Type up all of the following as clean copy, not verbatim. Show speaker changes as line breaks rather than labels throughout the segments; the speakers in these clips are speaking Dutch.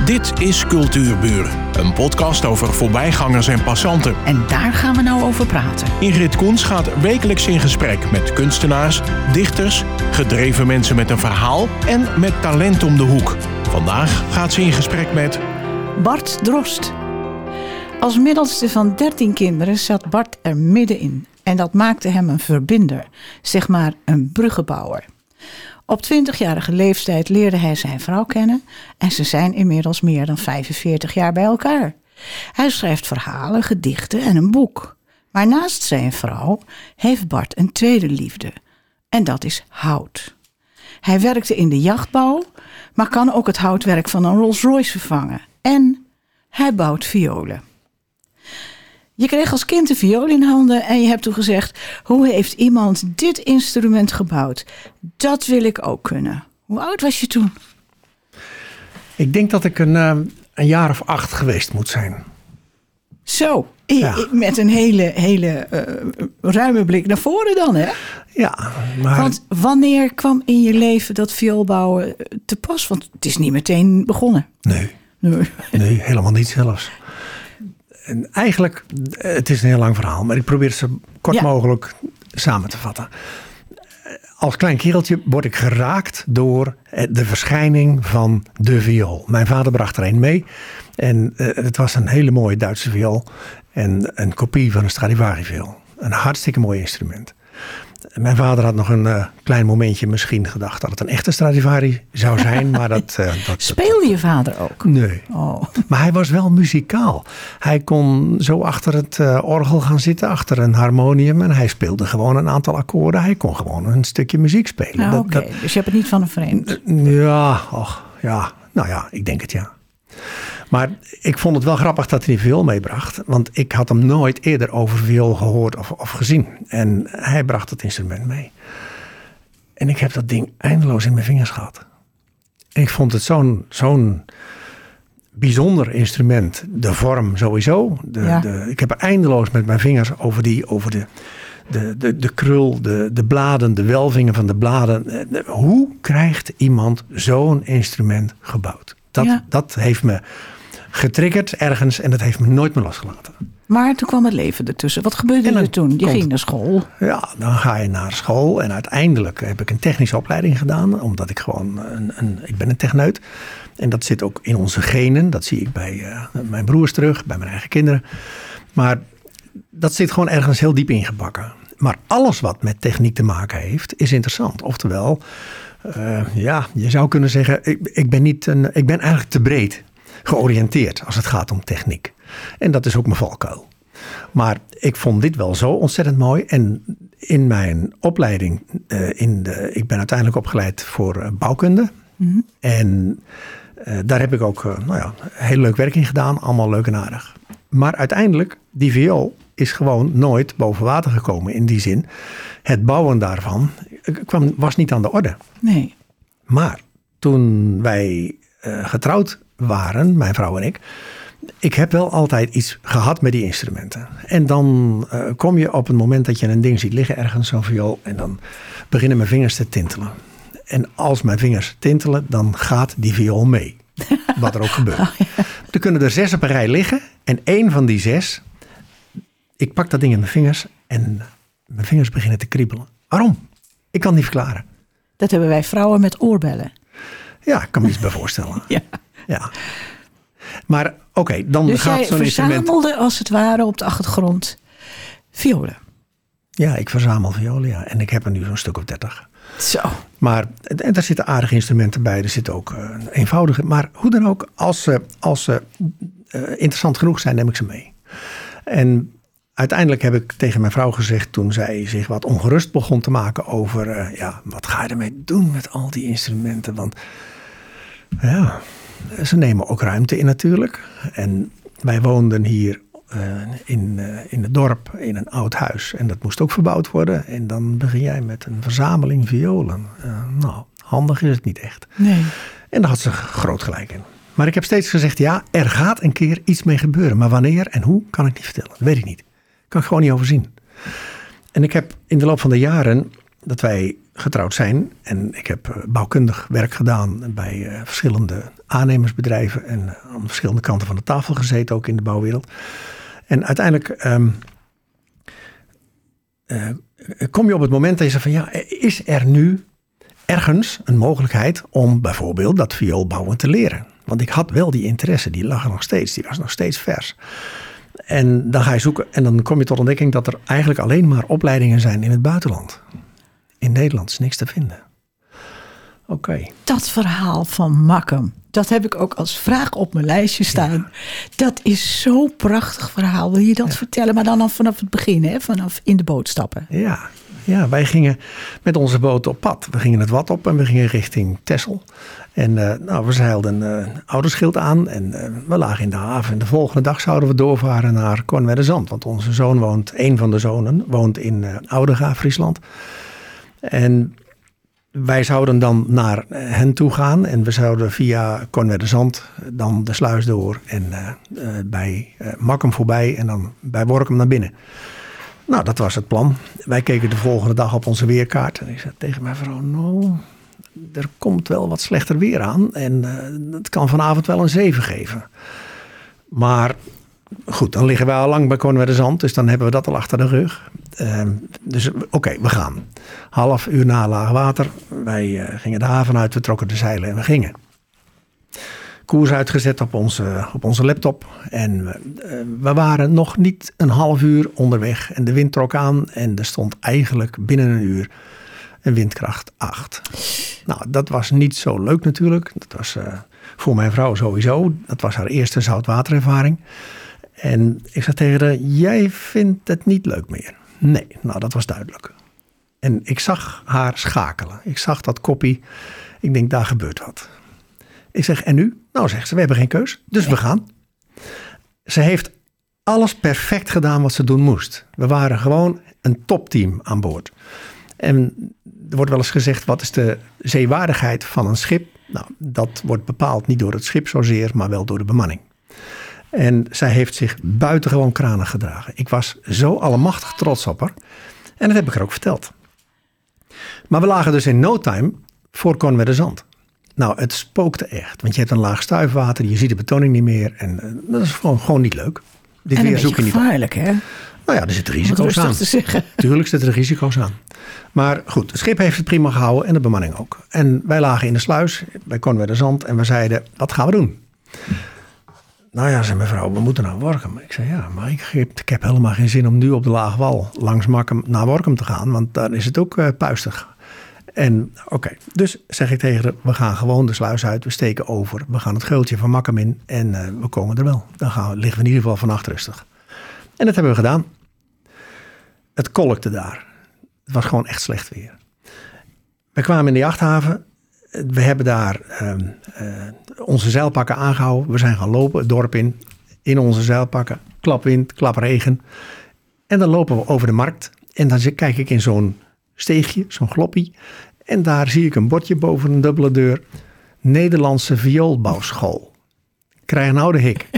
Dit is Cultuurburen, een podcast over voorbijgangers en passanten.
En daar gaan we nou over praten.
Ingrid Koens gaat wekelijks in gesprek met kunstenaars, dichters, gedreven mensen met een verhaal en met talent om de hoek. Vandaag gaat ze in gesprek met
Bart Drost. Als middelste van 13 kinderen zat Bart er middenin. En dat maakte hem een verbinder, zeg maar een bruggenbouwer. Op 20-jarige leeftijd leerde hij zijn vrouw kennen en ze zijn inmiddels meer dan 45 jaar bij elkaar. Hij schrijft verhalen, gedichten en een boek. Maar naast zijn vrouw heeft Bart een tweede liefde en dat is hout. Hij werkte in de jachtbouw, maar kan ook het houtwerk van een Rolls Royce vervangen. En hij bouwt violen. Je kreeg als kind een viool in handen en je hebt toen gezegd: hoe heeft iemand dit instrument gebouwd? Dat wil ik ook kunnen. Hoe oud was je toen?
Ik denk dat ik een jaar of 8 geweest moet zijn.
Zo,
Ja.
met een hele ruime blik naar voren dan, hè?
Ja, maar
Want wanneer kwam in je leven dat vioolbouwen te pas? Want het is niet meteen begonnen.
nee,
Nee.
helemaal niet zelfs. En eigenlijk, het is een heel lang verhaal, maar ik probeer het zo kort mogelijk samen te vatten. Als klein kereltje word ik geraakt door de verschijning van de viool. Mijn vader bracht er een mee en het was een hele mooie Duitse viool en een kopie van een Stradivari viool. Een hartstikke mooi instrument. Mijn vader had nog een klein momentje misschien gedacht dat het een echte Stradivari zou zijn. Maar dat
Speelde je vader ook?
Nee.
Oh.
Maar hij was wel muzikaal. Hij kon zo achter het orgel gaan zitten, achter een harmonium. En hij speelde gewoon een aantal akkoorden. Hij kon gewoon een stukje muziek spelen.
Nou, oké. Dus je hebt het niet van een vreemd.
Ik denk het ja. Maar ik vond het wel grappig dat hij die viool meebracht. Want ik had hem nooit eerder over viool gehoord of gezien. En hij bracht het instrument mee. En ik heb dat ding eindeloos in mijn vingers gehad. En ik vond het zo'n bijzonder instrument. De vorm sowieso. Ik heb er eindeloos met mijn vingers over de krul, de bladen, de welvingen van de bladen. Hoe krijgt iemand zo'n instrument gebouwd? Dat heeft me getriggerd ergens en dat heeft me nooit meer losgelaten.
Maar toen kwam het leven ertussen. Wat gebeurde er toen? Je ging naar school.
Ja, dan ga je naar school en uiteindelijk heb ik een technische opleiding gedaan. Omdat ik gewoon, ik ben een techneut. En dat zit ook in onze genen. Dat zie ik bij mijn broers terug, bij mijn eigen kinderen. Maar dat zit gewoon ergens heel diep ingebakken. Maar alles wat met techniek te maken heeft, is interessant. Oftewel, je zou kunnen zeggen, ik ben eigenlijk te breed georiënteerd als het gaat om techniek. En dat is ook mijn valkuil. Maar ik vond dit wel zo ontzettend mooi. En in mijn opleiding, ik ben uiteindelijk opgeleid voor bouwkunde. Mm-hmm. En daar heb ik ook heel leuk werk in gedaan. Allemaal leuk en aardig. Maar uiteindelijk, die viool is gewoon nooit boven water gekomen in die zin. Het bouwen daarvan was niet aan de orde.
Nee.
Maar toen wij getrouwd waren, mijn vrouw en ik heb wel altijd iets gehad met die instrumenten. En dan kom je op het moment dat je een ding ziet liggen ergens, zo'n viool, en dan beginnen mijn vingers te tintelen. En als mijn vingers tintelen, dan gaat die viool mee. Wat er ook gebeurt. Oh, ja. Er kunnen er 6 op een rij liggen en 1 van die 6, ik pak dat ding in mijn vingers en mijn vingers beginnen te kriebelen. Waarom? Ik kan het niet verklaren.
Dat hebben wij vrouwen met oorbellen.
Ja, ik kan me iets bij voorstellen. Ja. Maar dan
dus
gaat zo'n instrument.
Dus jij verzamelde als het ware op de achtergrond violen?
Ja, ik verzamel violen, ja. En ik heb er nu zo'n stuk of 30.
Zo.
Maar en daar zitten aardige instrumenten bij. Er zitten ook eenvoudige. Maar hoe dan ook, als ze interessant genoeg zijn, neem ik ze mee. En uiteindelijk heb ik tegen mijn vrouw gezegd, toen zij zich wat ongerust begon te maken over, wat ga je ermee doen met al die instrumenten? Want ja, ze nemen ook ruimte in natuurlijk. En wij woonden hier in het dorp in een oud huis. En dat moest ook verbouwd worden. En dan begin jij met een verzameling violen. Handig is het niet echt.
Nee.
En daar had ze groot gelijk in. Maar ik heb steeds gezegd, ja, er gaat een keer iets mee gebeuren. Maar wanneer en hoe, kan ik niet vertellen. Dat weet ik niet. Kan ik gewoon niet overzien. En ik heb in de loop van de jaren dat wij getrouwd zijn. En ik heb bouwkundig werk gedaan bij verschillende aannemersbedrijven. En aan verschillende kanten van de tafel gezeten, ook in de bouwwereld. En uiteindelijk kom je op het moment dat je zegt van ja, is er nu ergens een mogelijkheid om bijvoorbeeld dat vioolbouwen te leren? Want ik had wel die interesse, die lag er nog steeds, die was nog steeds vers. En dan ga je zoeken en dan kom je tot ontdekking dat er eigenlijk alleen maar opleidingen zijn in het buitenland. In Nederland is niks te vinden. Oké. Dat
verhaal van Makkum, dat heb ik ook als vraag op mijn lijstje staan. Ja. Dat is zo'n prachtig verhaal. Wil je dat vertellen? Maar dan vanaf het begin, hè? Vanaf in de boot stappen.
Ja, wij gingen met onze boot op pad. We gingen het Wad op en we gingen richting Texel. En we zeilden Ouderschild aan en we lagen in de haven. En de volgende dag zouden we doorvaren naar Cornwedezand. Want onze zoon een van de zonen woont in Oudega, Friesland. En wij zouden dan naar hen toe gaan. En we zouden via Cornwedezand dan de sluis door. En bij Makkum voorbij en dan bij Workum naar binnen. Nou, dat was het plan. Wij keken de volgende dag op onze weerkaart. En ik zei tegen mijn vrouw, nou, er komt wel wat slechter weer aan. En het kan vanavond wel een 7 geven. Maar goed, dan liggen wij al lang bij Cornwedezand. Dus dan hebben we dat al achter de rug. Dus oké, we gaan. Half uur na laag water. Wij gingen de haven uit, we trokken de zeilen en we gingen. Koers uitgezet op onze laptop. En we waren nog niet een half uur onderweg. En de wind trok aan. En er stond eigenlijk binnen een uur een windkracht 8. Nou, dat was niet zo leuk natuurlijk. Dat was voor mijn vrouw sowieso. Dat was haar eerste zoutwaterervaring. En ik zei tegen haar, jij vindt het niet leuk meer. Nee, nou dat was duidelijk. En ik zag haar schakelen. Ik zag dat koppie. Ik denk, daar gebeurt wat. Ik zeg, en nu? Nou, zegt ze, we hebben geen keus, dus we gaan. Ze heeft alles perfect gedaan wat ze doen moest. We waren gewoon een topteam aan boord. En er wordt wel eens gezegd, wat is de zeewaardigheid van een schip? Nou, dat wordt bepaald niet door het schip zozeer, maar wel door de bemanning. En zij heeft zich buitengewoon kranig gedragen. Ik was zo allemachtig trots op haar. En dat heb ik haar ook verteld. Maar we lagen dus in no time voor Cornwedezand. Nou, het spookte echt. Want je hebt een laag stuifwater, je ziet de betoning niet meer. En dat is gewoon niet leuk.
Dit weer zoek je niet gevaarlijk, hè?
Nou ja, er zitten risico's aan.
Te zeggen.
Tuurlijk zitten er risico's aan. Maar goed, het schip heeft het prima gehouden en de bemanning ook. En wij lagen in de sluis bij Cornwedezand en we zeiden, wat gaan we doen? Nou ja, zei mevrouw, we moeten naar Workum. Ik zei, ja, maar ik heb helemaal geen zin om nu op de Lage Wal langs Makkum naar Workum te gaan. Want daar is het ook puistig. En oké, dus zeg ik tegen haar, we gaan gewoon de sluis uit. We steken over, we gaan het geultje van Makkum in en we komen er wel. Dan liggen we in ieder geval vannacht rustig. En dat hebben we gedaan. Het kolkte daar. Het was gewoon echt slecht weer. We kwamen in de jachthaven. We hebben daar onze zeilpakken aangehouden. We zijn gaan lopen, het dorp in onze zeilpakken. Klapwind, klapregen. En dan lopen we over de markt. En dan kijk ik in zo'n steegje, zo'n gloppie. En daar zie ik een bordje boven een dubbele deur. Nederlandse vioolbouwschool. Krijg nou de hik.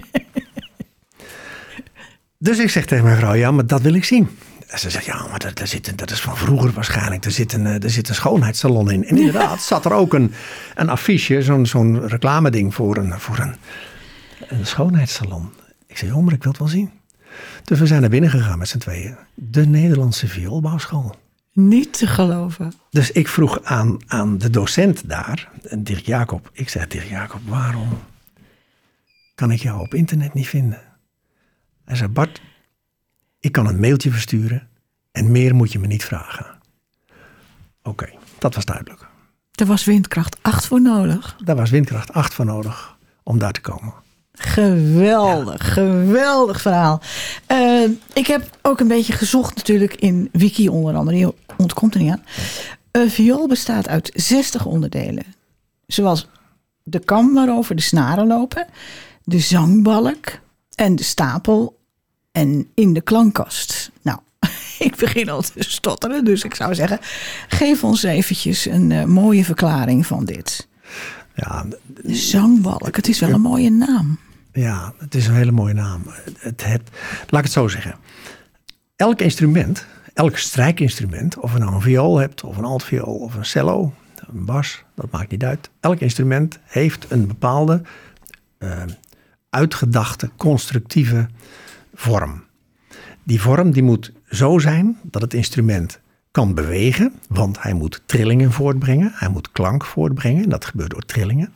Dus ik zeg tegen mijn vrouw, ja, maar dat wil ik zien. Ze zegt, ja, maar dat is van vroeger waarschijnlijk. Er zit een schoonheidssalon in. En inderdaad zat er ook een affiche, zo'n reclameding voor een schoonheidssalon. Ik zei, joh, maar ik wil het wel zien. Dus we zijn naar binnen gegaan met z'n tweeën. De Nederlandse vioolbouwschool.
Niet te geloven.
Dus ik vroeg aan de docent daar, Dirk Jacob. Ik zei, Dirk Jacob, waarom kan ik jou op internet niet vinden? Hij zei, Bart, ik kan een mailtje versturen en meer moet je me niet vragen. Oké, dat was duidelijk.
Er was windkracht 8 voor nodig.
Daar was windkracht 8 voor nodig om daar te komen.
Geweldig, geweldig verhaal. Ik heb ook een beetje gezocht natuurlijk in Wiki onder andere. Je ontkomt er niet aan. Een viool bestaat uit 60 onderdelen. Zoals de kam waarover de snaren lopen. De zangbalk en de stapel en in de klankkast. Nou, ik begin al te stotteren, dus ik zou zeggen, geef ons eventjes een mooie verklaring van dit.
Ja,
de zangbalk, het is wel een mooie naam.
Ja, het is een hele mooie naam. Laat ik het zo zeggen. Elk instrument, elk strijkinstrument, of je nou een viool hebt, of een altviool, of een cello, een bas, dat maakt niet uit. Elk instrument heeft een bepaalde uitgedachte, constructieve vorm. Die vorm die moet zo zijn dat het instrument kan bewegen, want hij moet trillingen voortbrengen, hij moet klank voortbrengen, en dat gebeurt door trillingen.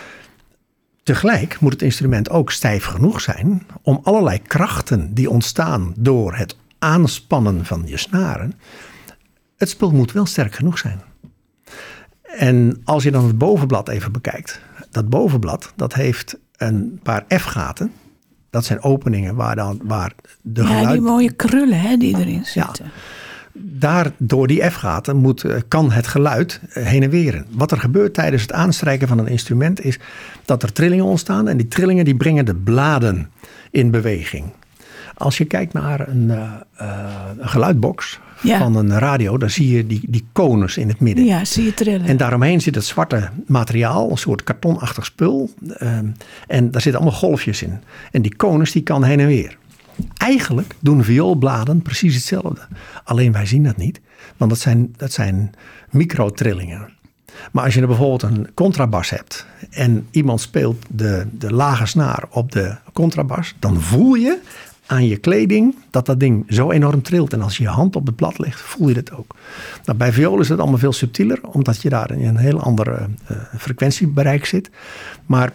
Tegelijk moet het instrument ook stijf genoeg zijn om allerlei krachten die ontstaan door het aanspannen van je snaren. Het spul moet wel sterk genoeg zijn. En als je dan het bovenblad even bekijkt. Dat bovenblad dat heeft een paar F-gaten. Dat zijn openingen waar de geluid...
Ja, die mooie krullen hè, die erin zitten.
Ja. Door die F-gaten kan het geluid heen en weren. Wat er gebeurt tijdens het aanstrijken van een instrument is dat er trillingen ontstaan. En die trillingen die brengen de bladen in beweging. Als je kijkt naar een geluidbox van een radio, dan zie je die konus in het midden.
Ja, zie je trillen.
En daaromheen zit het zwarte materiaal, een soort kartonachtig spul. En daar zitten allemaal golfjes in. En die konus die kan heen en weer. Eigenlijk doen vioolbladen precies hetzelfde. Alleen wij zien dat niet, want dat zijn microtrillingen. Maar als je bijvoorbeeld een contrabas hebt en iemand speelt de lage snaar op de contrabas, dan voel je aan je kleding dat ding zo enorm trilt. En als je hand op het blad legt, voel je dat ook. Nou, bij viool is het allemaal veel subtieler, omdat je daar in een heel andere frequentiebereik zit. Maar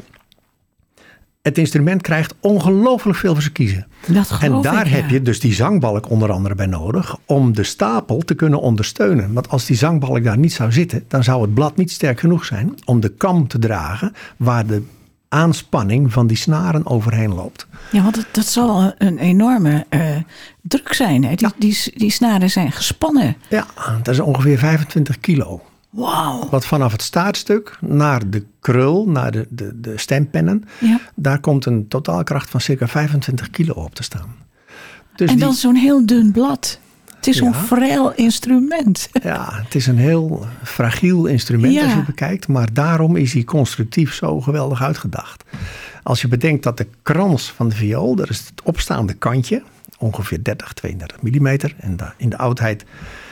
het instrument krijgt ongelooflijk veel voor zijn kiezen. En daar heb je dus die zangbalk onder andere bij nodig om de stapel te kunnen ondersteunen. Want als die zangbalk daar niet zou zitten, dan zou het blad niet sterk genoeg zijn om de kam te dragen waar de aanspanning van die snaren overheen loopt.
Ja, want dat zal een enorme druk zijn. Hè? Die snaren zijn gespannen.
Ja, dat is ongeveer 25 kilo.
Wauw.
Wat vanaf het staartstuk naar de krul, naar de stempennen, daar komt een totaalkracht van circa 25 kilo op te staan. Dus
en dan zo'n heel dun blad. Het is zo'n frail instrument.
Ja, het is een heel fragiel instrument als je bekijkt. Maar daarom is hij constructief zo geweldig uitgedacht. Als je bedenkt dat de krans van de viool, dat is het opstaande kantje, ongeveer 30, 32 millimeter. En in de oudheid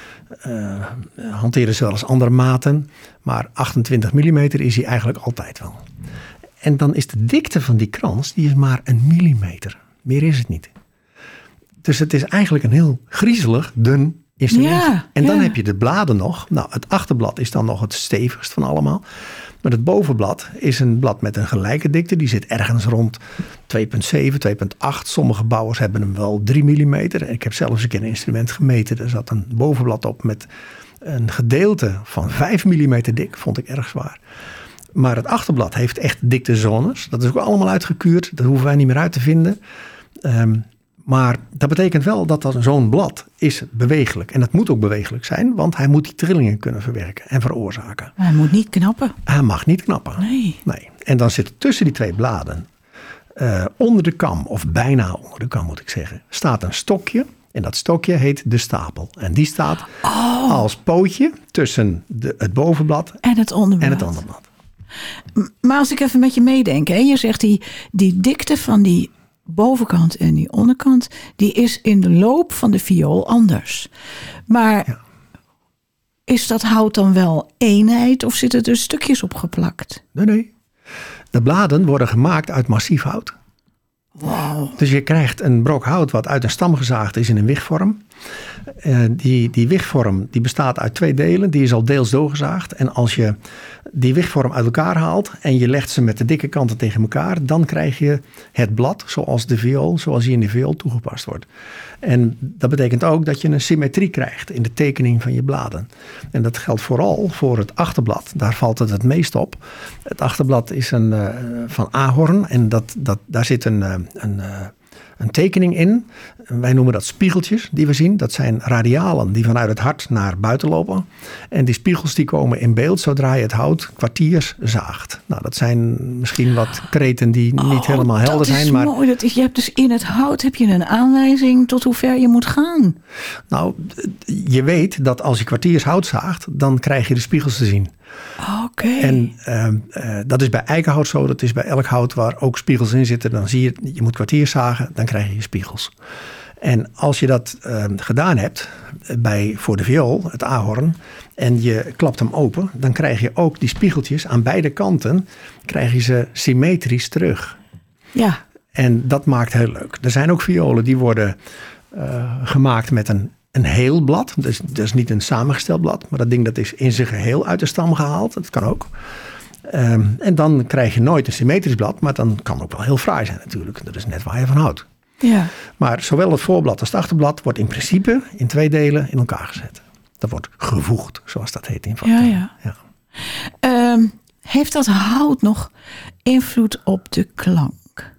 hanteren ze wel eens andere maten. Maar 28 millimeter is hij eigenlijk altijd wel. En dan is de dikte van die krans, die is maar 1 millimeter. Meer is het niet. Dus het is eigenlijk een heel griezelig, dun instrument.
Ja,
en dan heb je de bladen nog. Nou, het achterblad is dan nog het stevigst van allemaal. Maar het bovenblad is een blad met een gelijke dikte. Die zit ergens rond 2,7, 2,8. Sommige bouwers hebben hem wel 3 millimeter. Ik heb zelfs een keer een instrument gemeten. Er zat een bovenblad op met een gedeelte van 5 millimeter dik. Vond ik erg zwaar. Maar het achterblad heeft echt diktezones. Dat is ook allemaal uitgekuurd. Dat hoeven wij niet meer uit te vinden. Maar dat betekent wel dat zo'n blad is bewegelijk. En dat moet ook bewegelijk zijn, want hij moet die trillingen kunnen verwerken en veroorzaken.
Hij moet niet knappen.
Hij mag niet knappen.
Nee.
En dan zit tussen die twee bladen, onder de kam, of bijna onder de kam moet ik zeggen, staat een stokje. En dat stokje heet de stapel. En die staat als pootje tussen het bovenblad
en het onderblad. Maar als ik even met je meedenk, hè, je zegt die dikte van die bovenkant en die onderkant, die is in de loop van de viool anders. Maar is dat hout dan wel eenheid of zitten er stukjes opgeplakt?
Nee. De bladen worden gemaakt uit massief hout.
Wow.
Dus je krijgt een brok hout wat uit een stam gezaagd is in een wigvorm. Die wigvorm die bestaat uit 2 delen. Die is al deels doorgezaagd. En als je die wigvorm uit elkaar haalt en je legt ze met de dikke kanten tegen elkaar, dan krijg je het blad zoals die in de viool toegepast wordt. En dat betekent ook dat je een symmetrie krijgt in de tekening van je bladen. En dat geldt vooral voor het achterblad. Daar valt het meest op. Het achterblad is van ahorn en daar zit een tekening in. Wij noemen dat spiegeltjes die we zien. Dat zijn radialen die vanuit het hart naar buiten lopen. En die spiegels die komen in beeld zodra je het hout kwartiers zaagt. Nou, dat zijn misschien wat kreten die niet helemaal helder zijn.
Dat is mooi. Je hebt dus in het hout heb je een aanwijzing tot hoe ver je moet gaan.
Nou, je weet dat als je kwartiers hout zaagt, dan krijg je de spiegels te zien.
Oké.
En dat is bij eikenhout zo. Dat is bij elk hout waar ook spiegels in zitten. Dan zie je moet kwartiers zagen, dan krijg je spiegels. En als je dat gedaan hebt voor de viool, het ahorn, en je klapt hem open, dan krijg je ook die spiegeltjes aan beide kanten, krijg je ze symmetrisch terug.
Ja.
En dat maakt heel leuk. Er zijn ook violen die worden gemaakt met een heel blad. Dus dat is niet een samengesteld blad, maar dat ding dat is in zijn geheel uit de stam gehaald. Dat kan ook. En dan krijg je nooit een symmetrisch blad, maar dan kan ook wel heel fraai zijn natuurlijk. Dat is net waar je van houdt.
Ja.
Maar zowel het voorblad als het achterblad wordt in principe in 2 delen in elkaar gezet. Dat wordt gevoegd, zoals dat heet in vaktermen.
Ja. Heeft dat hout nog invloed op de klank?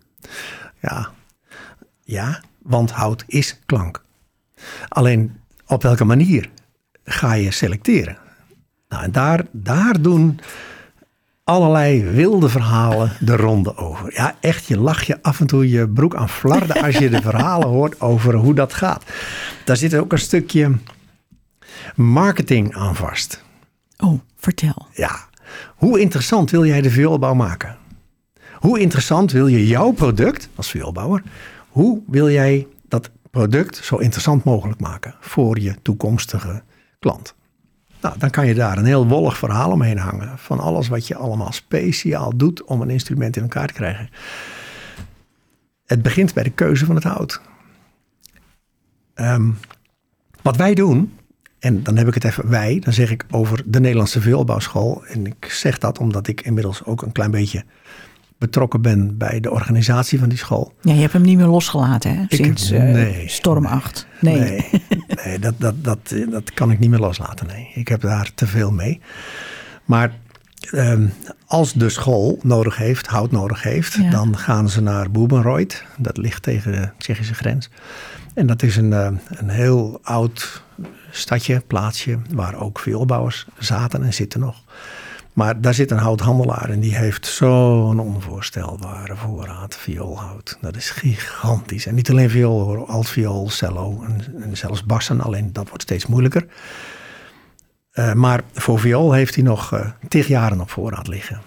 Ja, want hout is klank. Alleen op welke manier ga je selecteren? Nou, en daar doen allerlei wilde verhalen de ronde over. Ja, echt, je lacht je af en toe je broek aan flarden als je de verhalen hoort over hoe dat gaat. Daar zit ook een stukje marketing aan vast.
Oh, vertel.
Ja, hoe interessant wil jij de vioolbouw maken? Hoe interessant wil je jouw product als vioolbouwer? Hoe wil jij dat product zo interessant mogelijk maken voor je toekomstige klant? Nou, dan kan je daar een heel wollig verhaal omheen hangen. Van alles wat je allemaal speciaal doet om een instrument in elkaar te krijgen. Het begint bij de keuze van het hout. Wat wij doen, en dan heb ik het even wij, dan zeg ik over de Nederlandse Vioolbouwschool. En ik zeg dat omdat ik inmiddels ook een klein beetje betrokken ben bij de organisatie van die school.
Ja, je hebt hem niet meer losgelaten, hè? Sinds Storm 8.
Nee, dat kan ik niet meer loslaten. Nee, ik heb daar te veel mee. Maar als de school nodig heeft, hout nodig heeft, dan gaan ze naar Boebenreuth. Dat ligt tegen de Tsjechische grens. En dat is een heel oud stadje, plaatsje, waar ook vioolbouwers zaten en zitten nog. Maar daar zit een houthandelaar en die heeft zo'n onvoorstelbare voorraad vioolhout. Dat is gigantisch. En niet alleen viool, altviool, cello en zelfs bassen. Alleen dat wordt steeds moeilijker. Maar voor viool heeft hij nog 10 jaren op voorraad liggen.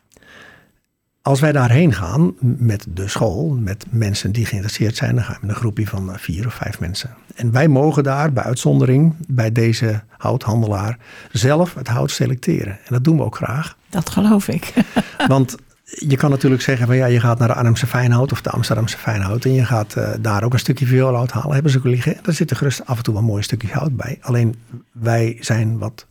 Als wij daarheen gaan met de school, met mensen die geïnteresseerd zijn, dan gaan we met een groepje van 4 of 5 mensen. En wij mogen daar bij uitzondering bij deze houthandelaar zelf het hout selecteren. En dat doen we ook graag.
Dat geloof ik.
Want je kan natuurlijk zeggen van ja, je gaat naar de Arnhemse fijnhout of de Amsterdamse fijnhout en je gaat daar ook een stukje vioolhout halen. Hebben ze ook liggen. Daar zitten gerust af en toe wel mooie stukjes hout bij. Alleen wij zijn wat,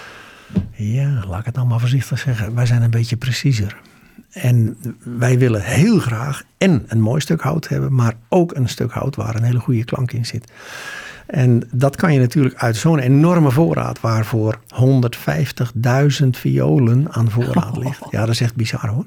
ja, laat ik het nou maar voorzichtig zeggen, wij zijn een beetje preciezer. En wij willen heel graag en een mooi stuk hout hebben, maar ook een stuk hout waar een hele goede klank in zit. En dat kan je natuurlijk uit zo'n enorme voorraad waarvoor 150.000 violen aan voorraad ligt. Ja, dat is echt bizar hoor.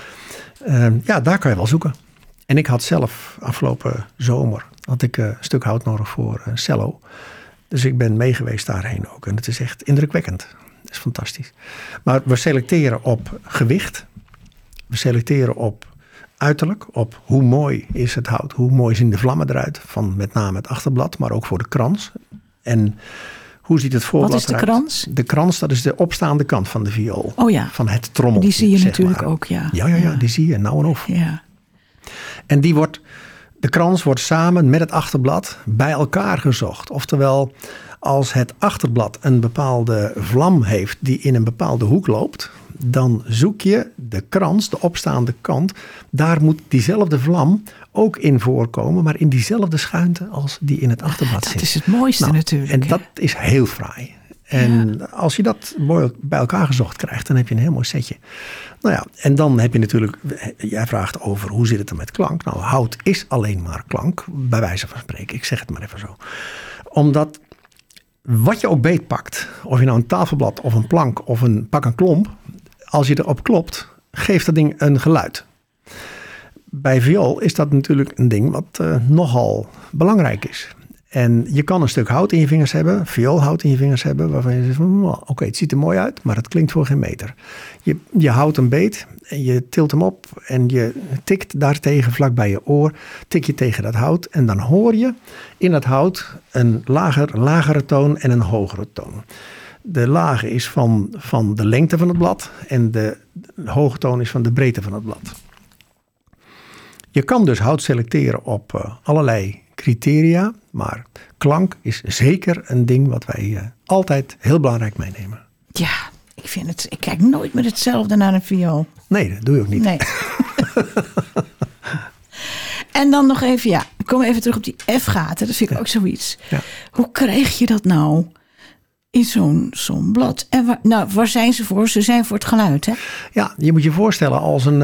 Ja, daar kan je wel zoeken. En ik had zelf afgelopen zomer een stuk hout nodig voor cello. Dus ik ben meegeweest daarheen ook. En het is echt indrukwekkend. Dat is fantastisch. Maar we selecteren op gewicht. We selecteren op uiterlijk, op hoe mooi is het hout, hoe mooi zien de vlammen eruit, van met name het achterblad, maar ook voor de krans. En hoe ziet het voorblad eruit?
Wat is de krans?
De krans, dat is de opstaande kant van de viool.
Oh ja.
Van het trommeltje.
Die zie je natuurlijk ook, ja.
Ja, die zie je, nou en of.
Ja.
En de krans wordt samen met het achterblad bij elkaar gezocht. Oftewel, als het achterblad een bepaalde vlam heeft die in een bepaalde hoek loopt, dan zoek je de krans, de opstaande kant. Daar moet diezelfde vlam ook in voorkomen, maar in diezelfde schuinte als die in het achterblad zit.
Dat is het mooiste natuurlijk.
En dat is heel fraai. En als je dat mooi bij elkaar gezocht krijgt, dan heb je een heel mooi setje. Nou ja, en dan heb je natuurlijk, jij vraagt over hoe zit het er met klank. Nou, hout is alleen maar klank, bij wijze van spreken. Ik zeg het maar even zo. Omdat wat je ook beetpakt, of je nou een tafelblad of een plank of pak een klomp, als je erop klopt, geeft dat ding een geluid. Bij viool is dat natuurlijk een ding wat nogal belangrijk is. En je kan een stuk hout in je vingers hebben, vioolhout in je vingers hebben, waarvan je zegt van, oké, het ziet er mooi uit, maar het klinkt voor geen meter. Je houdt een beet en je tilt hem op en je tikt daartegen vlak bij je oor, tik je tegen dat hout en dan hoor je in dat hout een lagere toon en een hogere toon. De lage is van de lengte van het blad en de hoge toon is van de breedte van het blad. Je kan dus hout selecteren op allerlei criteria. Maar klank is zeker een ding wat wij altijd heel belangrijk meenemen.
Ja, ik kijk nooit meer hetzelfde naar een viool.
Nee, dat doe je ook niet.
Nee. En dan nog even, ik kom even terug op die F-gaten. Dat vind ik ook zoiets. Ja. Hoe krijg je dat nou in zo'n blad? En waar zijn ze voor? Ze zijn voor het geluid, hè? Ja,
je moet je voorstellen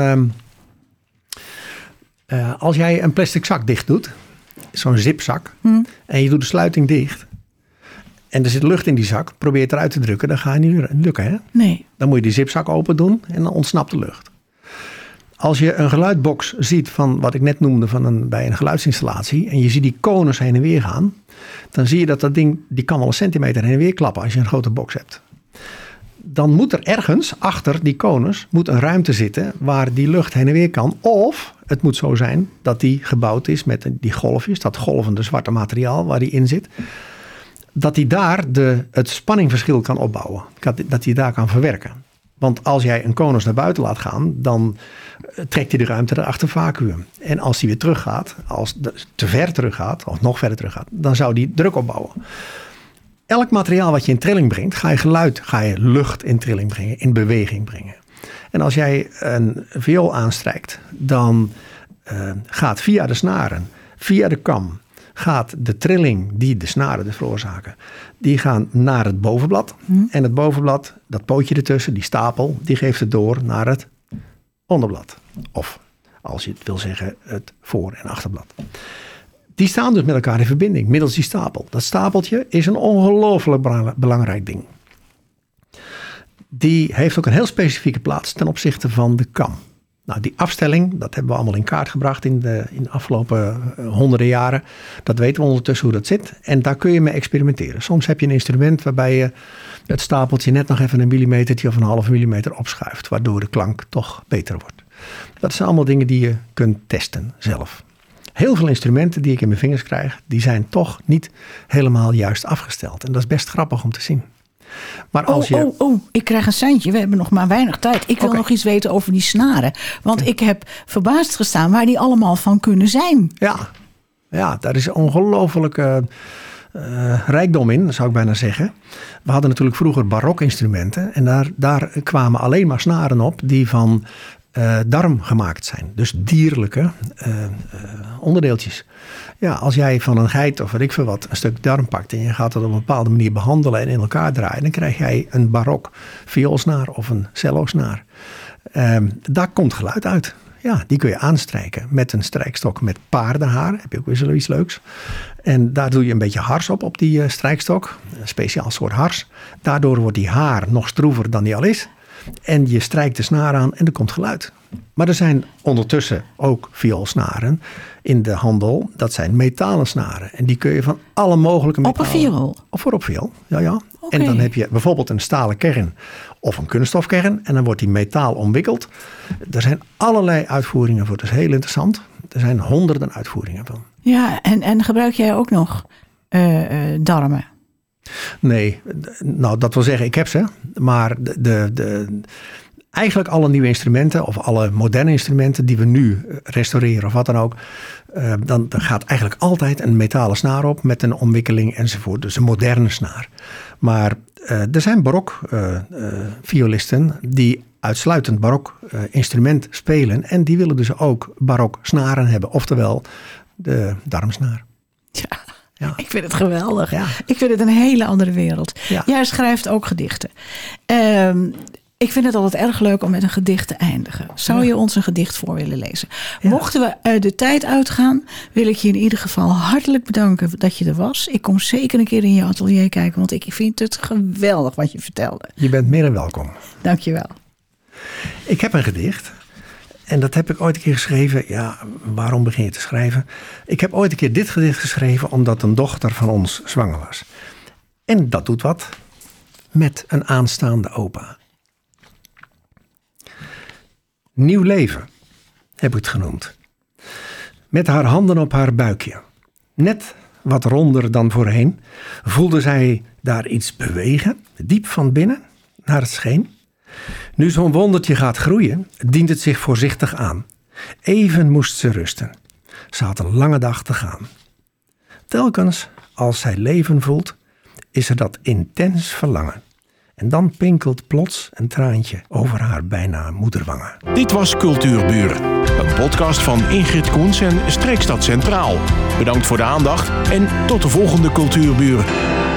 als jij een plastic zak dicht doet, zo'n zipzak, en je doet de sluiting dicht, en er zit lucht in die zak, probeer het eruit te drukken, dan ga je niet lukken, hè?
Nee.
Dan moet je die zipzak open doen en dan ontsnapt de lucht. Als je een geluidbox ziet van wat ik net noemde bij een geluidsinstallatie, en je ziet die konus heen en weer gaan, dan zie je dat ding, die kan wel een centimeter heen en weer klappen als je een grote box hebt. Dan moet er ergens achter die konus een ruimte zitten waar die lucht heen en weer kan. Of het moet zo zijn dat die gebouwd is met die golfjes, dat golvende zwarte materiaal waar die in zit. Dat die daar het spanningverschil kan opbouwen. Dat die daar kan verwerken. Want als jij een konus naar buiten laat gaan, dan trekt hij de ruimte erachter vacuüm. En als die weer teruggaat, als te ver teruggaat, of nog verder teruggaat, dan zou die druk opbouwen. Elk materiaal wat je in trilling brengt, ga je lucht in trilling brengen, in beweging brengen. En als jij een viool aanstrijkt, dan gaat via de snaren, via de kam, gaat de trilling die de snaren dus veroorzaken, die gaan naar het bovenblad. En het bovenblad, dat pootje ertussen, die stapel, die geeft het door naar het onderblad. Of, als je het wil zeggen, het voor- en achterblad. Die staan dus met elkaar in verbinding, middels die stapel. Dat stapeltje is een ongelooflijk belangrijk ding. Die heeft ook een heel specifieke plaats ten opzichte van de kam. Nou, die afstelling, dat hebben we allemaal in kaart gebracht in de afgelopen honderden jaren. Dat weten we ondertussen hoe dat zit. En daar kun je mee experimenteren. Soms heb je een instrument waarbij je het stapeltje net nog even een millimetertje of een halve millimeter opschuift. Waardoor de klank toch beter wordt. Dat zijn allemaal dingen die je kunt testen zelf. Heel veel instrumenten die ik in mijn vingers krijg, die zijn toch niet helemaal juist afgesteld. En dat is best grappig om te zien. Maar als
ik krijg een seintje. We hebben nog maar weinig tijd. Ik wil nog iets weten over die snaren. Want ik heb verbaasd gestaan waar die allemaal van kunnen zijn.
Ja, daar is ongelooflijke rijkdom in, zou ik bijna zeggen. We hadden natuurlijk vroeger barokinstrumenten. En daar kwamen alleen maar snaren op die van darm gemaakt zijn. Dus dierlijke onderdeeltjes. Ja, als jij van een geit of weet ik veel wat een stuk darm pakt en je gaat het op een bepaalde manier behandelen en in elkaar draaien, dan krijg jij een barok vioolsnaar of een cellosnaar. Daar komt geluid uit. Ja, die kun je aanstrijken met een strijkstok met paardenhaar. Heb je ook weer zoiets leuks. En daar doe je een beetje hars op die strijkstok. Een speciaal soort hars. Daardoor wordt die haar nog stroever dan die al is. En je strijkt de snaar aan en er komt geluid. Maar er zijn ondertussen ook vioolsnaren in de handel. Dat zijn metalen snaren. En die kun je van alle mogelijke metalen.
Op een viool?
Of voor op viool, ja.
Okay.
En dan heb je bijvoorbeeld een stalen kern of een kunststofkern. En dan wordt die metaal omwikkeld. Er zijn allerlei uitvoeringen voor. Dat is heel interessant. Er zijn honderden uitvoeringen van.
Ja, en gebruik jij ook nog darmen?
Nee, nou dat wil zeggen, ik heb ze. Maar eigenlijk alle nieuwe instrumenten of alle moderne instrumenten die we nu restaureren of wat dan ook. Dan gaat eigenlijk altijd een metalen snaar op met een omwikkeling enzovoort. Dus een moderne snaar. Maar er zijn barok violisten die uitsluitend barok instrument spelen. En die willen dus ook barok snaren hebben. Oftewel de darmsnaar.
Ja, ik vind het geweldig.
Ja.
Ik vind het een hele andere wereld.
Ja.
Jij schrijft ook gedichten. Ik vind het altijd erg leuk om met een gedicht te eindigen. Zou je ons een gedicht voor willen lezen? Ja. Mochten we de tijd uitgaan, wil ik je in ieder geval hartelijk bedanken dat je er was. Ik kom zeker een keer in je atelier kijken, want ik vind het geweldig wat je vertelde.
Je bent meer dan welkom.
Dank je wel.
Ik heb een gedicht. En dat heb ik ooit een keer geschreven. Ja, waarom begin je te schrijven? Ik heb ooit een keer dit gedicht geschreven omdat een dochter van ons zwanger was. En dat doet wat met een aanstaande opa. Nieuw leven, heb ik het genoemd. Met haar handen op haar buikje. Net wat ronder dan voorheen. Voelde zij daar iets bewegen, diep van binnen, naar het scheen. Nu zo'n wondertje gaat groeien, dient het zich voorzichtig aan. Even moest ze rusten. Ze had een lange dag te gaan. telkens als zij leven voelt, is er dat intens verlangen. En dan pinkelt plots een traantje over haar bijna moederwangen.
Dit was Cultuurburen, een podcast van Ingrid Koens en Streekstad Centraal. Bedankt voor de aandacht en tot de volgende Cultuurburen.